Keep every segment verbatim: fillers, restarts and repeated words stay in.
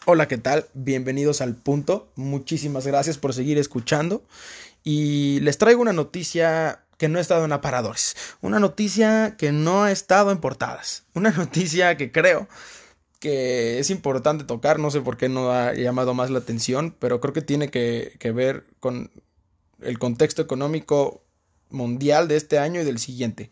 Hola, ¿qué tal? Bienvenidos al punto. Muchísimas gracias por seguir escuchando. Y les traigo una noticia que no ha estado en aparadores. Una noticia que no ha estado en portadas. Una noticia que creo que es importante tocar. No sé por qué no ha llamado más la atención, pero creo que tiene que, que ver con el contexto económico mundial de este año y del siguiente.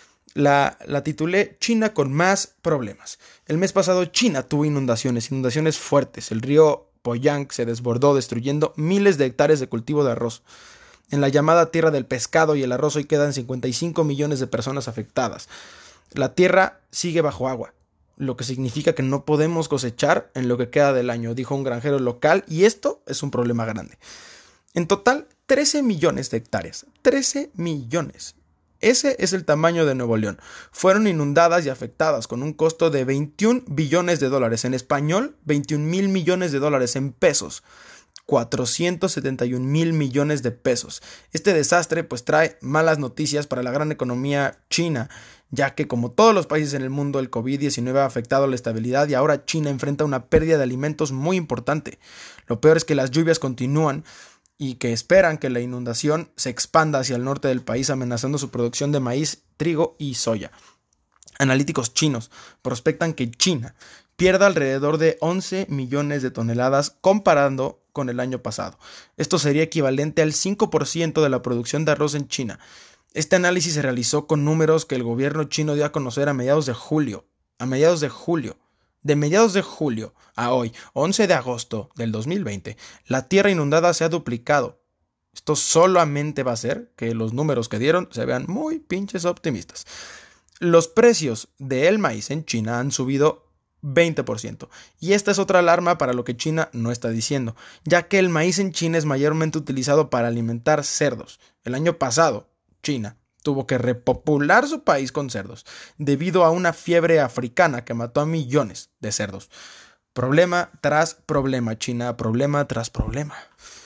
La, la titulé China con más problemas. El mes pasado China tuvo inundaciones, inundaciones fuertes. El río Poyang se desbordó destruyendo miles de hectáreas de cultivo de arroz. En la llamada tierra del pescado y el arroz hoy quedan cincuenta y cinco millones de personas afectadas. La tierra sigue bajo agua, lo que significa que no podemos cosechar en lo que queda del año, dijo un granjero local, y esto es un problema grande. En total, trece millones de hectáreas. trece millones. Ese es el tamaño de Nuevo León. Fueron inundadas y afectadas con un costo de veintiún billones de dólares. En español, veintiún mil millones de dólares. En pesos, cuatrocientos setenta y un mil millones de pesos. Este desastre pues trae malas noticias para la gran economía china, ya que como todos los países en el mundo, el COVID diecinueve ha afectado la estabilidad y ahora China enfrenta una pérdida de alimentos muy importante. Lo peor es que las lluvias continúan y que esperan que la inundación se expanda hacia el norte del país, amenazando su producción de maíz, trigo y soya. Analíticos chinos prospectan que China pierda alrededor de once millones de toneladas comparando con el año pasado. Esto sería equivalente al cinco por ciento de la producción de arroz en China. Este análisis se realizó con números que el gobierno chino dio a conocer a mediados de julio. A mediados de julio. De mediados de julio a hoy, once de agosto del dos mil veinte, la tierra inundada se ha duplicado. Esto solamente va a hacer que los números que dieron se vean muy pinches optimistas. Los precios del maíz en China han subido veinte por ciento. Y esta es otra alarma para lo que China no está diciendo, ya que el maíz en China es mayormente utilizado para alimentar cerdos. El año pasado, China tuvo que repopular su país con cerdos, debido a una fiebre africana que mató a millones de cerdos. Problema tras problema, China, problema tras problema.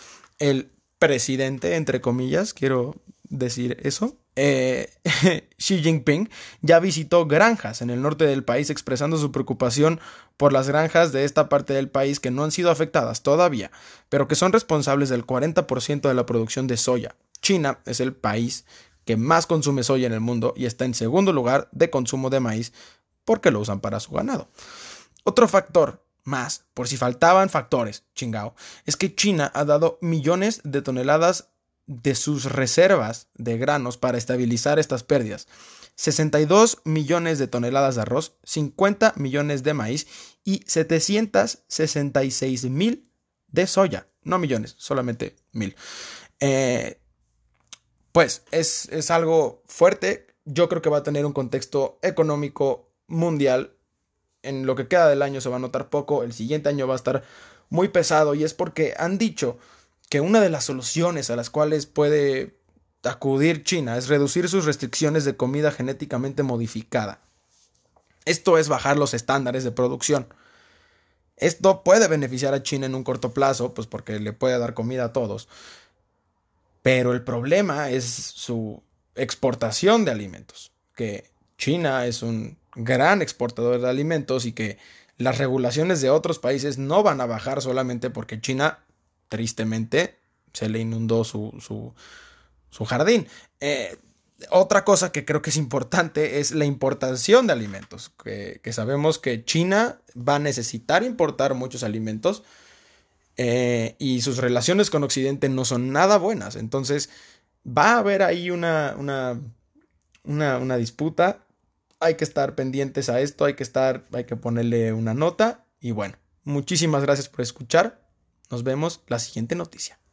El presidente, entre comillas, quiero decir eso, eh, Xi Jinping, ya visitó granjas en el norte del país expresando su preocupación por las granjas de esta parte del país que no han sido afectadas todavía, pero que son responsables del cuarenta por ciento de la producción de soya. China es el país que más consume soya en el mundo y está en segundo lugar de consumo de maíz porque lo usan para su ganado. Otro factor más, por si faltaban factores, chingao, es que China ha dado millones de toneladas de sus reservas de granos para estabilizar estas pérdidas. sesenta y dos millones de toneladas de arroz, cincuenta millones de maíz y setecientos sesenta y seis mil de soya. No millones, solamente mil. Eh... Pues es, es algo fuerte. Yo creo que va a tener un contexto económico mundial. En lo que queda del año se va a notar poco. El siguiente año va a estar muy pesado. Y es porque han dicho que una de las soluciones a las cuales puede acudir China es reducir sus restricciones de comida genéticamente modificada. Esto es bajar los estándares de producción. Esto puede beneficiar a China en un corto plazo, pues porque le puede dar comida a todos. Pero el problema es su exportación de alimentos, que China es un gran exportador de alimentos y que las regulaciones de otros países no van a bajar solamente porque China, tristemente, se le inundó su, su, su jardín. Eh, otra cosa que creo que es importante es la importación de alimentos, que, que sabemos que China va a necesitar importar muchos alimentos. Eh, y sus relaciones con Occidente no son nada buenas. Entonces va a haber ahí una, una, una, una disputa. Hay que estar pendientes a esto. Hay que estar, hay que ponerle una nota. Y bueno, muchísimas gracias por escuchar. Nos vemos la siguiente noticia.